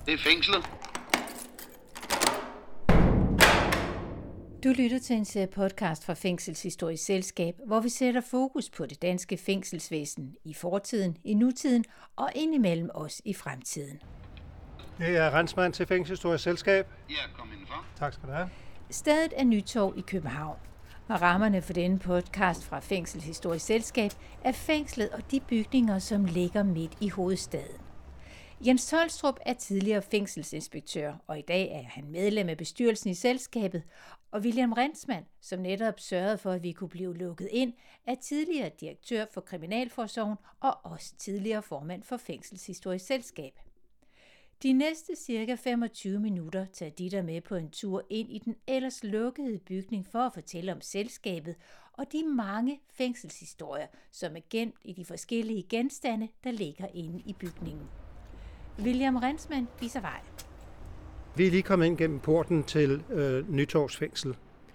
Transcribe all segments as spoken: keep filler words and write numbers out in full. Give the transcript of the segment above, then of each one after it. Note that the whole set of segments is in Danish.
Det er fængslet. Du lytter til en serie podcast fra Fængselshistorisk Selskab, hvor vi sætter fokus på det danske fængselsvæsen i fortiden, i nutiden og indimellem os i fremtiden. Det er Rensmann til Fængselshistorisk Selskab. Ja, kom indenfor. Tak skal du have. Stedet er Nytorv i København, og rammerne for denne podcast fra Fængselshistorisk Selskab er fængslet og de bygninger, som ligger midt i hovedstaden. Jens Tolstrup er tidligere fængselsinspektør, og i dag er han medlem af bestyrelsen i selskabet, og William Rensmann, som netop sørgede for, at vi kunne blive lukket ind, er tidligere direktør for Kriminalforsorgen og også tidligere formand for Fængselshistorisk Selskab. De næste cirka femogtyve minutter tager de der med på en tur ind i den ellers lukkede bygning for at fortælle om selskabet og de mange fængselshistorier, som er gemt i de forskellige genstande, der ligger inde i bygningen. William Rensmann viser vej. Vi er lige kommet ind gennem porten til øh, Nytorvs fængsel,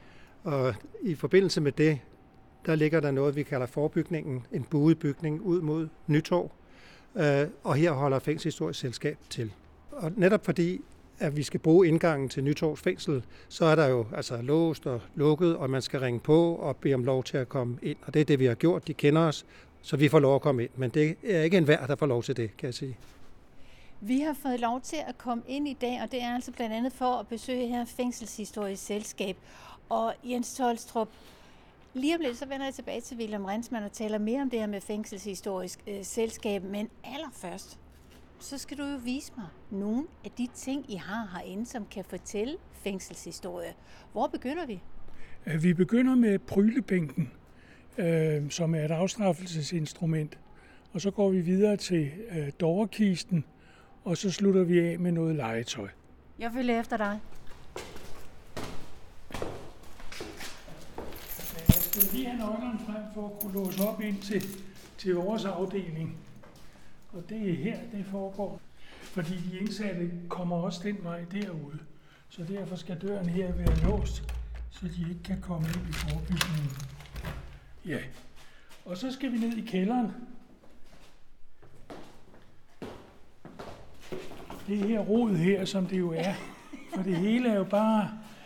og i forbindelse med det, der ligger der noget, vi kalder forbygningen, en buet bygning ud mod Nytorv, øh, og her holder Fængselshistorisk Selskab til. Og netop fordi, at vi skal bruge indgangen til Nytorvs fængsel, så er der jo altså låst og lukket, og man skal ringe på og bede om lov til at komme ind. Og det er det, vi har gjort. De kender os, så vi får lov at komme ind. Men det er ikke enhver, der får lov til det, kan jeg sige. Vi har fået lov til at komme ind i dag, og det er altså blandt andet for at besøge her Fængselshistorisk Selskab. Og Jens Tolstrup, lige om lidt, så vender jeg tilbage til William Rensmann og taler mere om det her med Fængselshistorisk øh, Selskab. Men allerførst, så skal du jo vise mig nogle af de ting, I har herinde, som kan fortælle fængselshistorie. Hvor begynder vi? Vi begynder med prylebænken, øh, som er et afstraffelsesinstrument. Og så går vi videre til øh, dårekisten, og så slutter vi af med noget legetøj. Jeg følger efter dig. Jeg skal lige have nøglerne frem for at kunne låse op ind til, til vores afdeling. Og det er her, det foregår. Fordi de indsatte kommer også den vej derude. Så derfor skal døren her være låst, så de ikke kan komme ind i forbygningen. Ja. Og så skal vi ned i kælderen. Det her rod her, som det jo er. For det hele er jo bare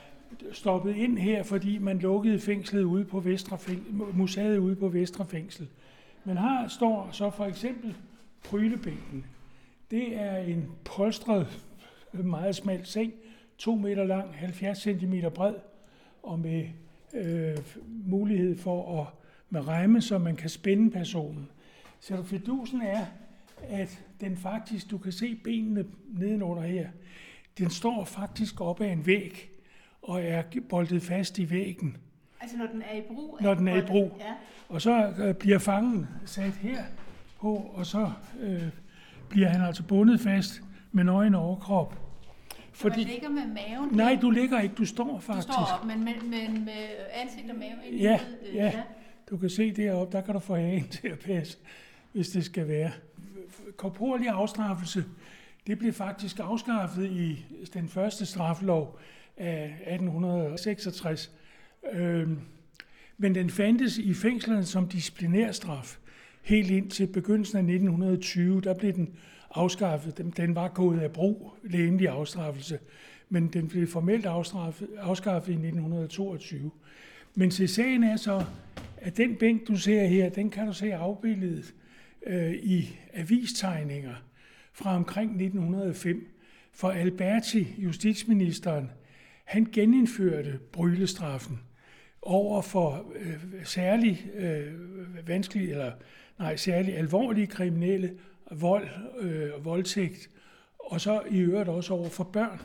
stoppet ind her, fordi man lukkede fængslet ude på Vestre Fængsel, museet ude på Vestre Fængsel. Men her står så for eksempel prylebænken. Det er en polstret, meget smal seng, to meter lang, halvfjerds centimeter bred, og med øh, mulighed for at med remme, så man kan spænde personen. Så fidusen er, at den faktisk, du kan se benene nedenunder her, den står faktisk op ad en væg, og er boltet fast i væggen. Altså når den er i brug? Når den er i brug. Ja. Og så øh, bliver fangen sat her på, og så øh, bliver han altså bundet fast med nøgen overkrop. Fordi, man ligger med maven? Nej, du ligger ikke, du står faktisk. Du står op, men med, med, med ansigt og mave ind i ja, øh, ja, du kan se deroppe, der kan du få hagen til at passe, hvis det skal være. Korporlig afstraffelse, det blev faktisk afskaffet i den første straffelov af atten seksogtres. Øhm, men den fandtes i fængslerne som disciplinærstraf helt ind til begyndelsen af nitten tyve. Der blev den afskaffet. Den var gået af brug, lægemlig afstraffelse, men den blev formelt afskaffet i nitten toogtyve. Men til sagen er så, at den bænk, du ser her, den kan du se afbildet øh, i avistegninger fra omkring nitten hundrede og fem. For Alberti, justitsministeren, han genindførte brylestraffen over for øh, særlig øh, vanskelige, eller nej, særlig alvorlige kriminelle, vold og øh, voldtægt, og så i øvrigt også over for børn.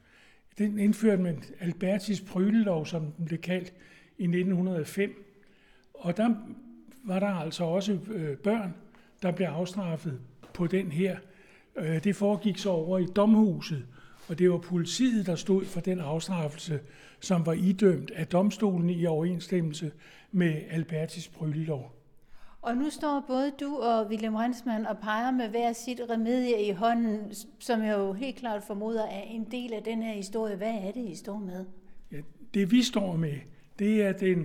Den indførte man Albertis brylelov, som den blev kaldt, i nitten hundrede og fem. Og der var der altså også øh, børn, der blev afstraffet på den her. Øh, det foregik så over i domhuset, og det var politiet, der stod for den afstraffelse, som var idømt af domstolen i overensstemmelse med Albertis brylelov. Og nu står både du og William Rensmann og peger med hver sit remedie i hånden, som jeg jo helt klart formoder er en del af den her historie. Hvad er det, I står med? Ja, det vi står med, det er den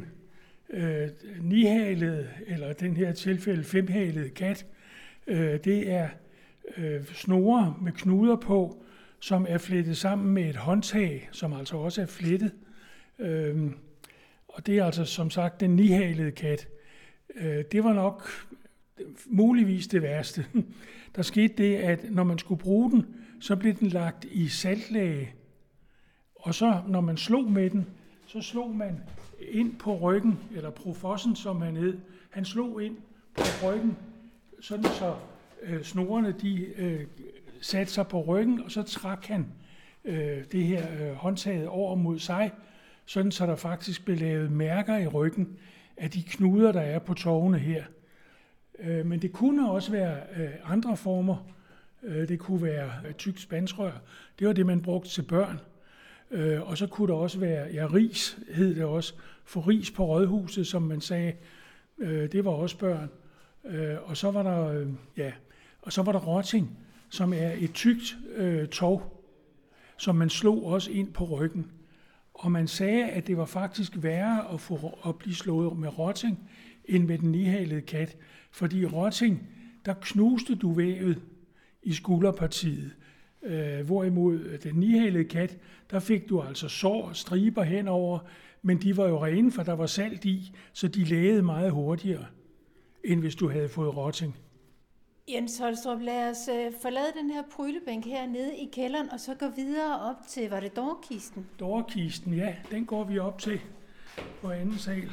øh, nihalede, eller den her tilfælde femhalede kat. Øh, det er øh, snore med knuder på, som er flettet sammen med et håndtag, som altså også er flettet. Øhm, og det er altså som sagt den nihalede kat. Øh, det var nok muligvis det værste. Der skete det, at når man skulle bruge den, så blev den lagt i saltlage. Og så når man slog med den, så slog man ind på ryggen, eller profossen, som han hed. Han slog ind på ryggen, sådan så øh, snorene de øh, satte sig på ryggen, og så trak han øh, det her øh, håndtaget over mod sig, sådan så der faktisk blev lavet mærker i ryggen af de knuder, der er på tovene her. Øh, men det kunne også være øh, andre former. Øh, det kunne være øh, tykt spansrør. Det var det, man brugte til børn. Øh, og så kunne der også være, ja, ris hed det også, for ris på rådhuset, som man sagde, øh, det var også børn. Øh, og så var der, øh, ja, og så var der rotting, som er et tykt øh, tov, som man slog også ind på ryggen. Og man sagde, at det var faktisk værre at, få, at blive slået med rotting, end med den nihalede kat. Fordi rotting, der knuste du vævet i skulderpartiet. Øh, hvorimod den nihalede kat, der fik du altså sår, striber henover, men de var jo rene, for der var salt i, så de lægede meget hurtigere, end hvis du havde fået rotting. Jens Tolstrup, lad os øh, forlade den her prylebænk hernede i kælderen, og så gå videre op til, var det dårekisten? Dårekisten, ja, den går vi op til på anden sal.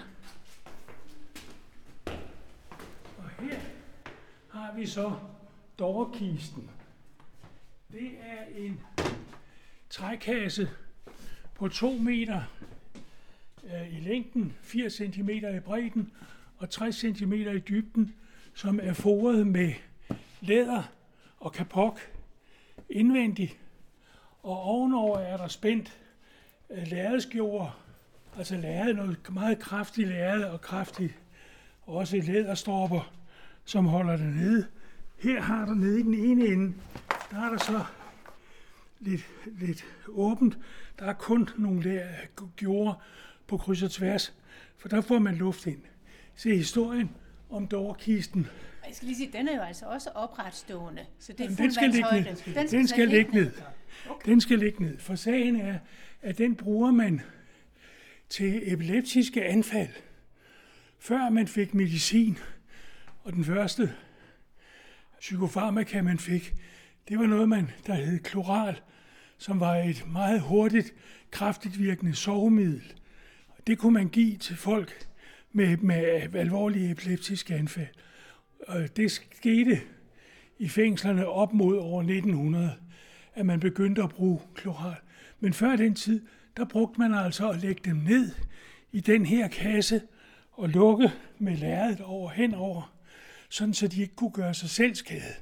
Og her har vi så dårekisten. Det er en trækasse på to meter øh, i længden, firs centimeter i bredden og tres centimeter i dybden, som er foret med læder og kapok indvendigt. Og ovenover er der spændt øh, lærredskjorde, altså lærred, noget meget kraftigt lærred og kraftigt også læderstropper, som holder det nede. Her har der nede i den ene ende, der er der så lidt, lidt åbent. Der er kun nogle gjorde på kryds og tværs, for der får man luft ind. Se historien om dårekisten. Jeg skal lige sige, den er jo altså også opretstående, så det er Jamen, den skal ligge ned. Den skal, den skal ligge ned. Okay. Den skal ligge ned. For sagen er, at den bruger man til epileptiske anfald, før man fik medicin. Og den første psykofarmaka, man fik, det var noget, man, der hed kloral, som var et meget hurtigt, kraftigt virkende sovemiddel. Det kunne man give til folk med, med alvorlige epileptiske anfald. Og det skete i fængslerne op mod år nitten hundrede, at man begyndte at bruge kloral. Men før den tid, der brugte man altså at lægge dem ned i den her kasse og lukke med lærredet over henover, sådan så de ikke kunne gøre sig selv skade.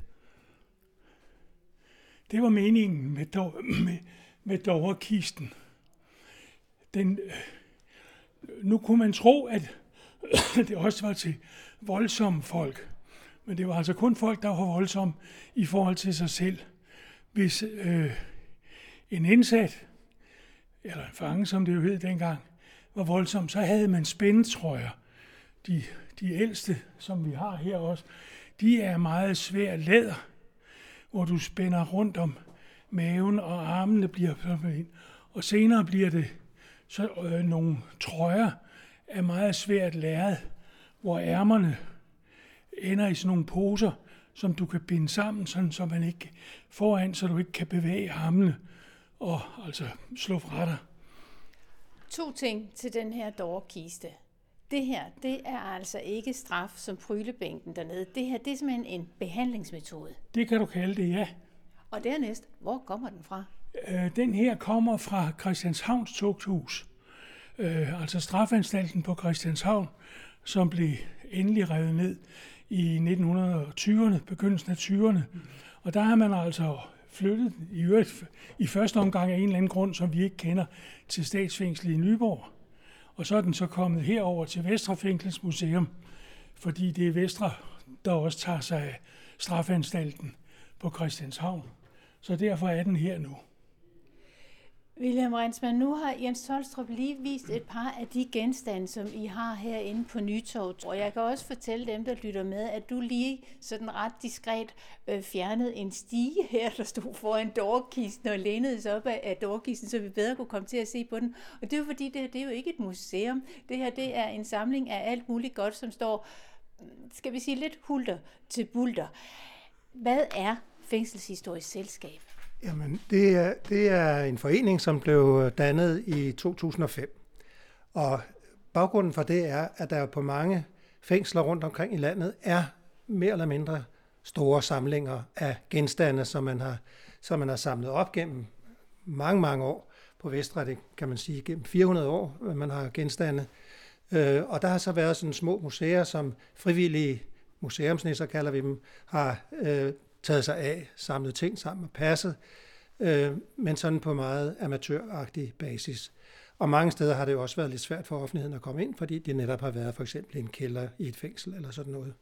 Det var meningen med, dog, med, med dårekisten. Den, nu kunne man tro, at det også var til voldsomme folk, men det var altså kun folk, der var voldsomme i forhold til sig selv. Hvis øh, en indsat, eller en fange, som det jo hed dengang, var voldsom, så havde man spændetrøjer. De, de ældste, som vi har her også, de er meget svær læder, hvor du spænder rundt om maven, og armene bliver ind. Og senere bliver det så øh, nogle trøjer af meget svært lærred, hvor ærmerne ender i sådan nogle poser, som du kan binde sammen, sådan så man ikke foran, så du ikke kan bevæge armene og altså slå fra dig. To ting til den her dårekiste. Det her, det er altså ikke straf som prylebænken dernede. Det her, det er simpelthen en behandlingsmetode. Det kan du kalde det, ja. Og dernæst, hvor kommer den fra? Øh, den her kommer fra Christianshavns Tugthus. Øh, altså strafanstalten på Christianshavn, som blev endelig revet ned i nitten tyverne, begyndelsen af tyverne. Og der har man altså flyttet i, øvrigt, i første omgang af en eller anden grund, som vi ikke kender, til Statsfængslet i Nyborg. Og så er den så kommet herover til Vestre Fængsels Museum, fordi det er Vestre, der også tager sig af strafanstalten på Christianshavn. Så derfor er den her nu. William Rensmann, nu har Jens Tolstrup lige vist et par af de genstande, som I har herinde på Nytorv. Og jeg kan også fortælle dem, der lytter med, at du lige sådan ret diskret øh, fjernede en stige her, der stod foran dårkisten og lænede sig op af, af dårkisten, så vi bedre kunne komme til at se på den. Og det er jo fordi, det, det er jo ikke et museum. Det her det er en samling af alt muligt godt, som står, skal vi sige, lidt hulter til bulter. Hvad er Fængselshistorisk Selskab? Jamen, det er, det er en forening, som blev dannet i to tusind og fem. Og baggrunden for det er, at der på mange fængsler rundt omkring i landet er mere eller mindre store samlinger af genstande, som man har, som man har samlet op gennem mange, mange år. På Vestre, det kan man sige, gennem fire hundrede år, man har genstande. Og der har så været sådan små museer, som frivillige museumsnisser, kalder vi dem, har øh, taget sig af, samlet ting sammen og passet, øh, men sådan på meget amatøragtig basis. Og mange steder har det jo også været lidt svært for offentligheden at komme ind, fordi det netop har været for eksempel en kælder i et fængsel eller sådan noget.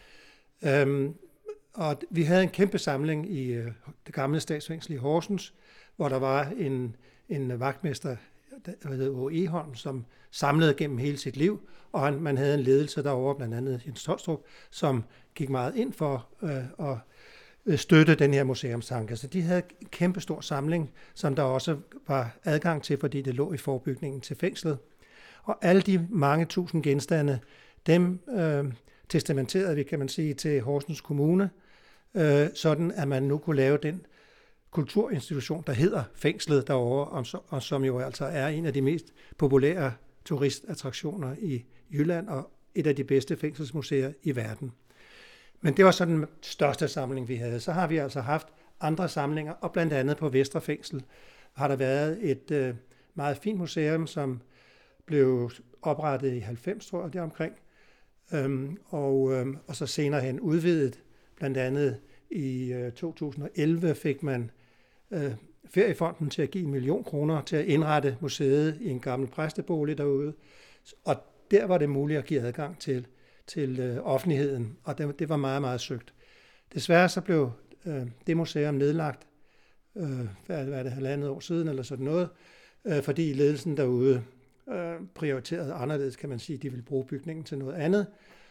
Øhm, og vi havde en kæmpe samling i øh, det gamle statsfængsel i Horsens, hvor der var en, en vagtmester, der hed Åge Egholm, som samlede gennem hele sit liv, og han, man havde en ledelse derovre, blandt andet Jens Tolstrup, som gik meget ind for øh, at støtte den her museumstanke. Så de havde en kæmpe stor samling, som der også var adgang til, fordi det lå i forbygningen til fængslet. Og alle de mange tusind genstande, dem øh, testamenterede vi, kan man sige, til Horsens Kommune, øh, sådan at man nu kunne lave den kulturinstitution, der hedder Fængslet derovre, og som jo altså er en af de mest populære turistattraktioner i Jylland, og et af de bedste fængselsmuseer i verden. Men det var så den største samling, vi havde. Så har vi altså haft andre samlinger, og blandt andet på Vestre Fængsel har der været et øh, meget fint museum, som blev oprettet i halvfems, tror jeg, deromkring, øhm, og, øhm, og så senere hen udvidet. Blandt andet i øh, to tusind og elleve fik man øh, Feriefonden til at give en million kroner til at indrette museet i en gammel præstebolig derude, og der var det muligt at give adgang til til øh, offentligheden, og det, det var meget, meget søgt. Desværre så blev øh, det museum nedlagt, øh, hvad, hvad er det, halvandet år siden, eller sådan noget, øh, fordi ledelsen derude øh, prioriterede anderledes, kan man sige, de ville bruge bygningen til noget andet,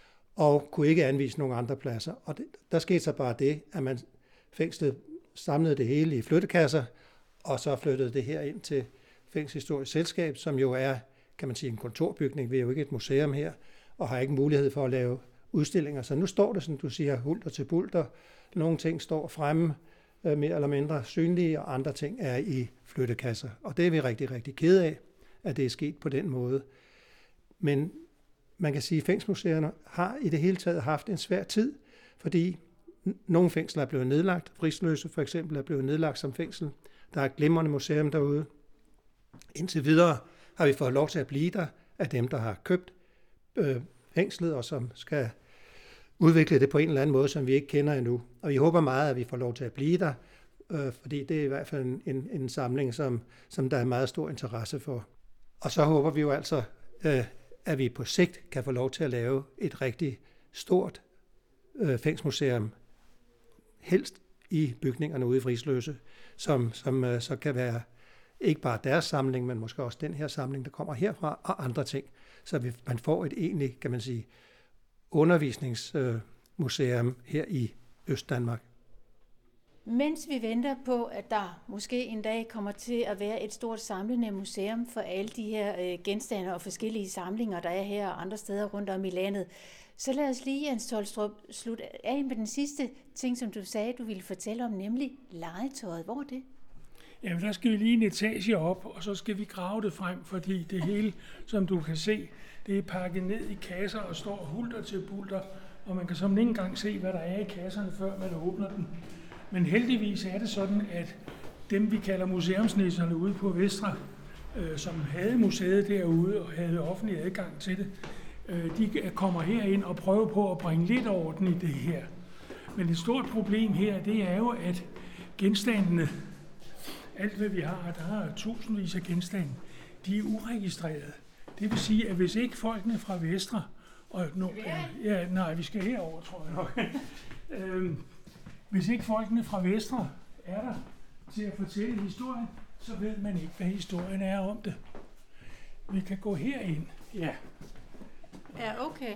og kunne ikke anvise nogen andre pladser. Og det, der skete så bare det, at man fængslet samlede det hele i flyttekasser, og så flyttede det her ind til Fængselshistorisk Selskab, som jo er, kan man sige, en kontorbygning, vi er jo ikke et museum her, og har ikke mulighed for at lave udstillinger. Så nu står det, som du siger, hulter til bulter. Nogle ting står fremme, øh, mere eller mindre synlige, og andre ting er i flyttekasser. Og det er vi rigtig, rigtig kede af, at det er sket på den måde. Men man kan sige, at fængselsmuseerne har i det hele taget haft en svær tid, fordi nogle fængsler er blevet nedlagt. Frisløse for eksempel er blevet nedlagt som fængsel. Der er et glimrende museum derude. Indtil videre har vi fået lov til at blive der af dem, der har købt fængslet, og som skal udvikle det på en eller anden måde, som vi ikke kender endnu. Og vi håber meget, at vi får lov til at blive der, øh, fordi det er i hvert fald en, en, en samling, som, som der er meget stor interesse for. Og så håber vi jo altså, øh, at vi på sigt kan få lov til at lave et rigtig stort øh, fængselsmuseum, helst i bygningerne ude i Frisløse, som, som øh, så kan være ikke bare deres samling, men måske også den her samling, der kommer herfra, og andre ting. Så man får et egentligt, kan man sige, undervisningsmuseum her i Østdanmark. Mens vi venter på, at der måske en dag kommer til at være et stort samlende museum for alle de her genstande og forskellige samlinger, der er her og andre steder rundt om i landet, så lad os lige, Jens Tolstrup, slutte af med den sidste ting, som du sagde, du ville fortælle om, nemlig legetøjet. Hvor er det? Jamen, der skal vi lige en etage op, og så skal vi grave det frem, fordi det hele, som du kan se, det er pakket ned i kasser og står hulter til bulter, og man kan som ikke engang se, hvad der er i kasserne, før man åbner den. Men heldigvis er det sådan, at dem, vi kalder museumsnisserne ude på Vestre, øh, som havde museet derude og havde offentlig adgang til det, øh, de kommer herind og prøver på at bringe lidt orden i det her. Men et stort problem her, det er jo, at genstandene, alt hvad vi har, der er tusindvis af genstande, de er uregistrerede. Det vil sige, at hvis ikke folkene fra Vestre, og no, ja, nej, vi skal herover, tror jeg nok. øhm, hvis ikke folkene fra Vestre er der, til at fortælle historien, så ved man ikke, hvad historien er om det. Vi kan gå herind. Ja. Ja, okay.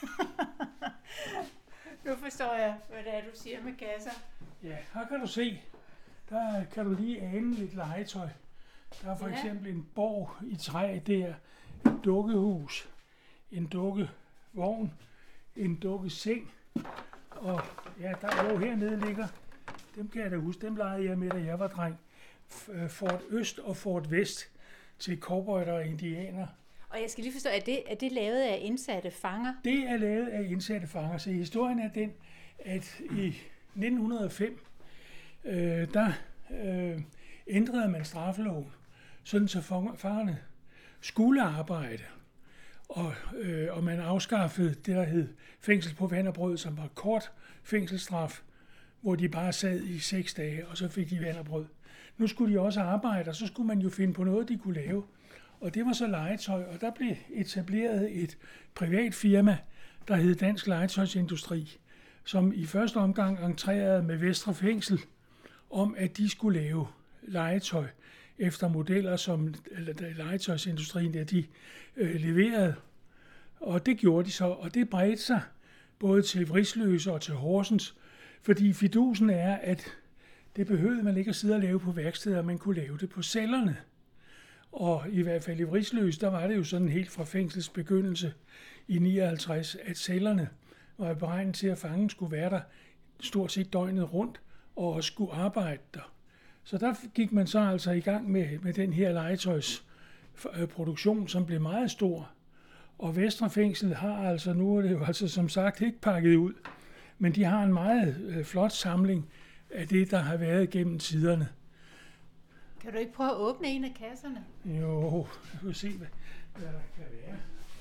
Nu forstår jeg, hvad det er, du siger med kasser. Ja, her kan du se, der kan du lige ane lidt legetøj. Der er for Ja. eksempel en borg i træ der, et dukkehus, en dukkevogn, en dukkeseng, og ja, der jo hernede ligger, dem kan jeg da huske, dem legede jeg med, da jeg var dreng. Fort Øst og Fort Vest til cowboyer og indianer. Og jeg skal lige forstå, er det, er det lavet af indsatte fanger? Det er lavet af indsatte fanger, så historien er den, at i nitten hundrede og fem, øh, der øh, ændrede man straffeloven, sådan så fangerne skulle arbejde, og, øh, og man afskaffede det, der hed fængsel på vand og brød, som var kort fængselsstraf, hvor de bare sad i seks dage, og så fik de vand og brød. Nu skulle de også arbejde, og så skulle man jo finde på noget, de kunne lave. Og det var så legetøj, og der blev etableret et privat firma, der hed Dansk Legetøjsindustri, som i første omgang entrerede med Vestre Fængsel om, at de skulle lave legetøj efter modeller, som legetøjsindustrien der, de øh, leverede. Og det gjorde de så, og det bredte sig både til Vrisløse og til Horsens, fordi fidusen er, at det behøvede man ikke at sidde og lave på værksteder, man kunne lave det på cellerne. Og i hvert fald i Vrisløse, der var det jo sådan helt fra fængsels begyndelse i nioghalvtreds, at cellerne var beregnet til, at fangen skulle være der stort set døgnet rundt og også skulle arbejde der. Så der gik man så altså i gang med, med den her legetøjsproduktion, som blev meget stor. Og Vestre Fængsel har altså, nu er det jo altså som sagt ikke pakket ud, men de har en meget øh, flot samling af det, der har været gennem tiderne. Kan du ikke prøve at åbne en af kasserne? Jo, jeg vil se, hvad, hvad der kan være.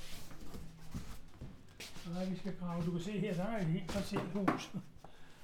Nej, vi skal grave. Du kan se her, der er et helt parcelhus. Det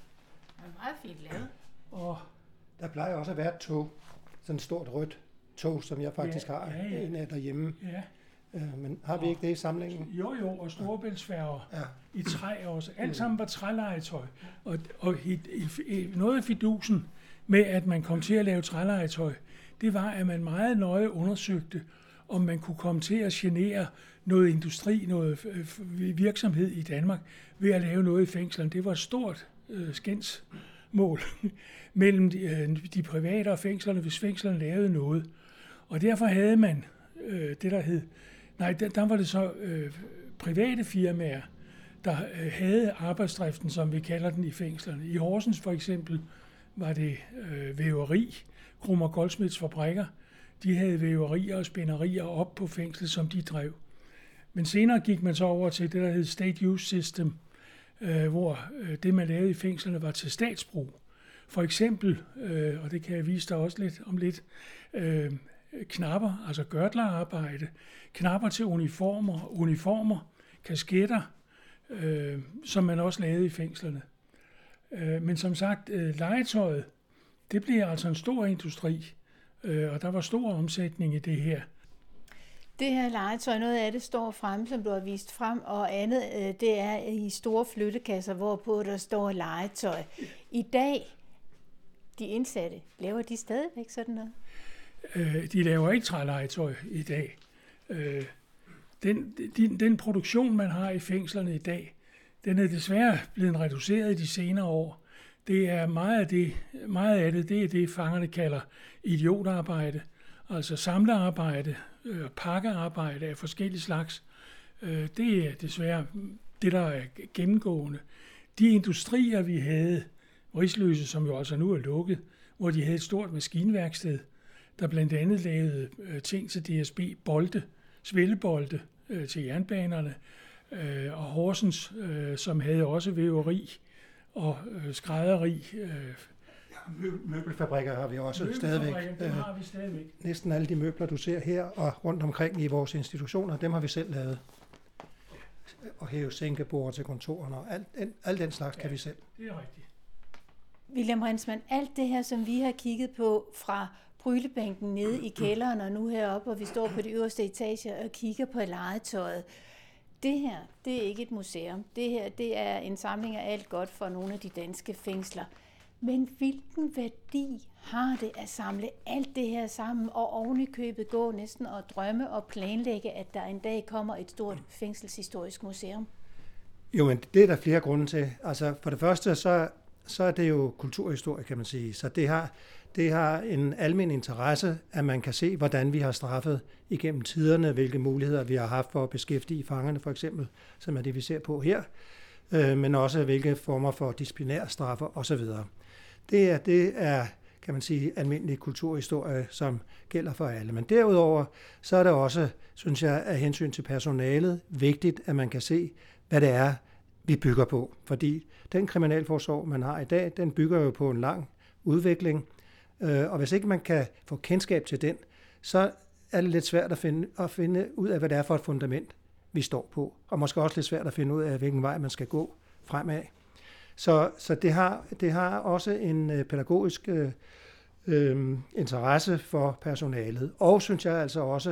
er meget fint lavet. Og Der plejer også at være et tog, sådan et stort rødt tog, som jeg faktisk Ja, har ja, ja. en af derhjemme. ja, Øh, Men har vi ikke det i samlingen? jo jo, og storebæltsfærger Ja. i træ også. Alt sammen var trælegetøj. Og, og i, i, i, noget af fidusen med, at man kom til at lave trælegetøj, det var, at man meget nøje undersøgte, om man kunne komme til at genere noget industri, noget øh, virksomhed i Danmark ved at lave noget i fængslerne. Det var et stort øh, skændsmål mellem de, øh, de private og fængslerne, hvis fængslerne lavede noget. Og derfor havde man øh, det, der hed... Nej, der, der var det så øh, private firmaer, der øh, havde arbejdsdriften, som vi kalder den i fængslerne. I Horsens for eksempel var det øh, væveri, Krummer Goldsmiths fabrikker. De havde væverier og spænderier op på fængslet, som de drev. Men senere gik man så over til det, der hed State Use System, øh, hvor øh, det, man lavede i fængslerne, var til statsbrug. For eksempel, øh, og det kan jeg vise dig også lidt om lidt, øh, knapper, altså gørtlerarbejde, knapper til uniformer, uniformer, kasketter, øh, som man også lavede i fængslerne. Øh, men som sagt, øh, legetøjet, det blev altså en stor industri, øh, og der var stor omsætning i det her. Det her legetøj, noget af det står frem, som du har vist frem, og andet, øh, det er i store flyttekasser, hvorpå der står legetøj. I dag, de indsatte, laver de stadigvæk sådan noget? Øh, de laver ikke trælegetøj i dag. Øh, den, den, den produktion, man har i fængslerne i dag, den er desværre blevet reduceret i de senere år. Det er meget af det, meget af det, det er det, fangerne kalder idiotarbejde, altså samlearbejde, øh, pakkearbejde af forskellige slags. Øh, det er desværre det, der er gennemgående. De industrier, vi havde, Vrisløse, som jo altså nu er lukket, hvor de havde et stort maskinværksted, der blandt andet lavede øh, ting til D S B, bolde, svældebolde øh, til jernbanerne, øh, og Horsens, øh, som havde også væveri og øh, skrædderi. Øh, Møbelfabrikker har vi også stadigvæk. Det har vi stadigvæk. Næsten alle de møbler, du ser her og rundt omkring i vores institutioner, dem har vi selv lavet. Og hæve sænkebord til kontorerne og alt, alt den slags ja, kan vi selv. Det er rigtigt. William Rindsmann, alt det her, som vi har kigget på fra brylebænken nede i kælderen og nu heroppe, hvor vi står på de øverste etager og kigger på legetøjet. Det her, det er ikke et museum. Det her, det er en samling af alt godt fra nogle af de danske fængsler. Men hvilken værdi har det at samle alt det her sammen, og oven i købet gå næsten og drømme og planlægge, at der en dag kommer et stort fængselshistorisk museum? Jo, men det er der flere grunde til. Altså for det første, så, så er det jo kulturhistorie, kan man sige. Så det har, det har en almen interesse, at man kan se, hvordan vi har straffet igennem tiderne, hvilke muligheder vi har haft for at beskæftige fangerne, for eksempel, som er det, vi ser på her, øh, men også hvilke former for disciplinærstraffer osv. Det er, det er, kan man sige, almindelig kulturhistorie, som gælder for alle. Men derudover, så er det også, synes jeg, af hensyn til personalet, vigtigt, at man kan se, hvad det er, vi bygger på. Fordi den kriminalforsorg, man har i dag, den bygger jo på en lang udvikling, og hvis ikke man kan få kendskab til den, så er det lidt svært at finde, at finde ud af, hvad det er for et fundament, vi står på. Og måske også lidt svært at finde ud af, hvilken vej man skal gå fremad. Så, så det, har, det har også en pædagogisk øh, øh, interesse for personalet. Og synes jeg altså også,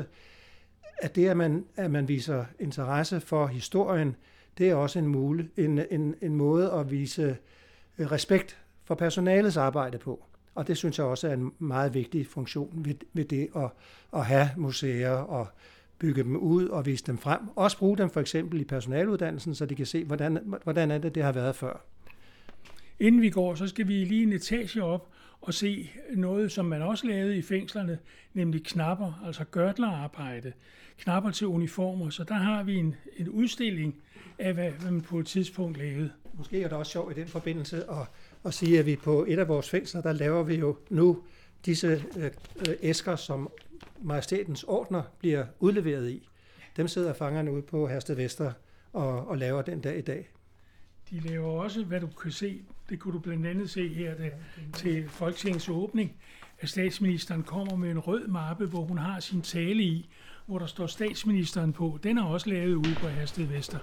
at det, at man, at man viser interesse for historien, det er også en, mule, en, en, en måde at vise respekt for personalets arbejde på. Og det synes jeg også er en meget vigtig funktion ved, ved det at, at have museer og bygge dem ud og vise dem frem. Også bruge dem for eksempel i personaluddannelsen, så de kan se, hvordan, hvordan er det, det har været før. Inden vi går, så skal vi lige en etage op og se noget, som man også lavede i fængslerne, nemlig knapper, altså gørtlerarbejde, knapper til uniformer. Så der har vi en, en udstilling af, hvad man på et tidspunkt lavede. Måske er det også sjovt i den forbindelse at, at sige, at vi på et af vores fængsler, der laver vi jo nu disse øh, æsker, som majestætens ordner bliver udleveret i. Dem sidder fangerne ude på Herstedvester og, og laver den dag i dag. De laver også, hvad du kan se, det kunne du blandt andet se her det, til Folketingets åbning, at statsministeren kommer med en rød mappe, hvor hun har sin tale i, hvor der står statsministeren på. Den er også lavet ude på Herstedvester.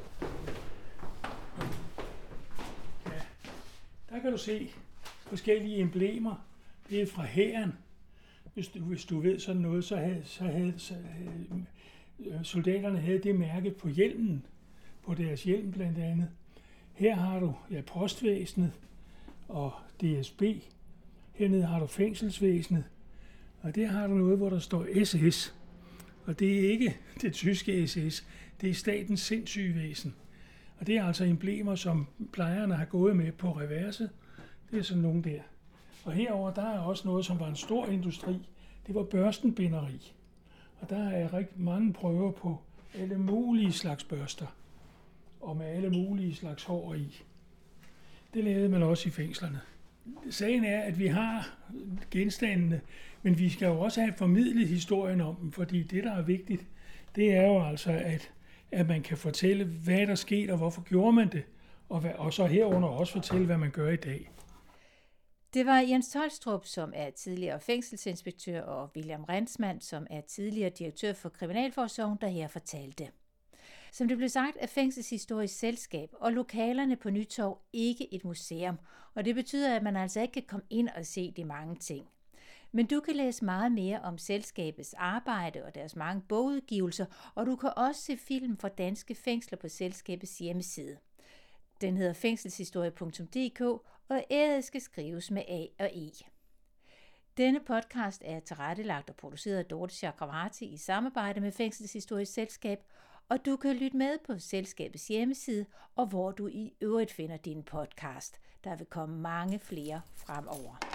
Ja, der kan du se forskellige emblemer. Det er fra hæren. Hvis du, hvis du ved sådan noget, så havde, så havde, så havde soldaterne havde det mærke på hjelmen, på deres hjelm blandt andet. Her har du ja, postvæsenet og D S B. Hernede har du fængselsvæsenet. Og der har du noget, hvor der står S S. Og det er ikke det tyske S S. Det er statens sindssygevæsen. Og det er altså emblemer, som plejerne har gået med på reverset. Det er sådan nogle der. Og herover der er også noget, som var en stor industri. Det var børstenbinderi. Og der er rigtig mange prøver på alle mulige slags børster. Og med alle mulige slags hår i. Det lavede man også i fængslerne. Sagen er, at vi har genstandene, men vi skal jo også have formidlet historien om dem, fordi det, der er vigtigt, det er jo altså, at, at man kan fortælle, hvad der skete, og hvorfor gjorde man det, og, hvad, og så herunder også fortælle, hvad man gør i dag. Det var Jens Tolstrup, som er tidligere fængselsinspektør, og William Rensmann, som er tidligere direktør for Kriminalforsorgen, der her fortalte. Som det blev sagt, er Fængselshistorisk Selskab og lokalerne på Nytorv ikke et museum, og det betyder, at man altså ikke kan komme ind og se de mange ting. Men du kan læse meget mere om selskabets arbejde og deres mange bogudgivelser, og du kan også se film fra danske fængsler på selskabets hjemmeside. Den hedder fængselshistorie punktum d k, og æret skal skrives med A og E. Denne podcast er tilrettelagt og produceret af Dorte Chakravarty i samarbejde med Fængselshistorisk Selskab, og du kan lytte med på selskabets hjemmeside, og hvor du i øvrigt finder din podcast. Der vil komme mange flere fremover.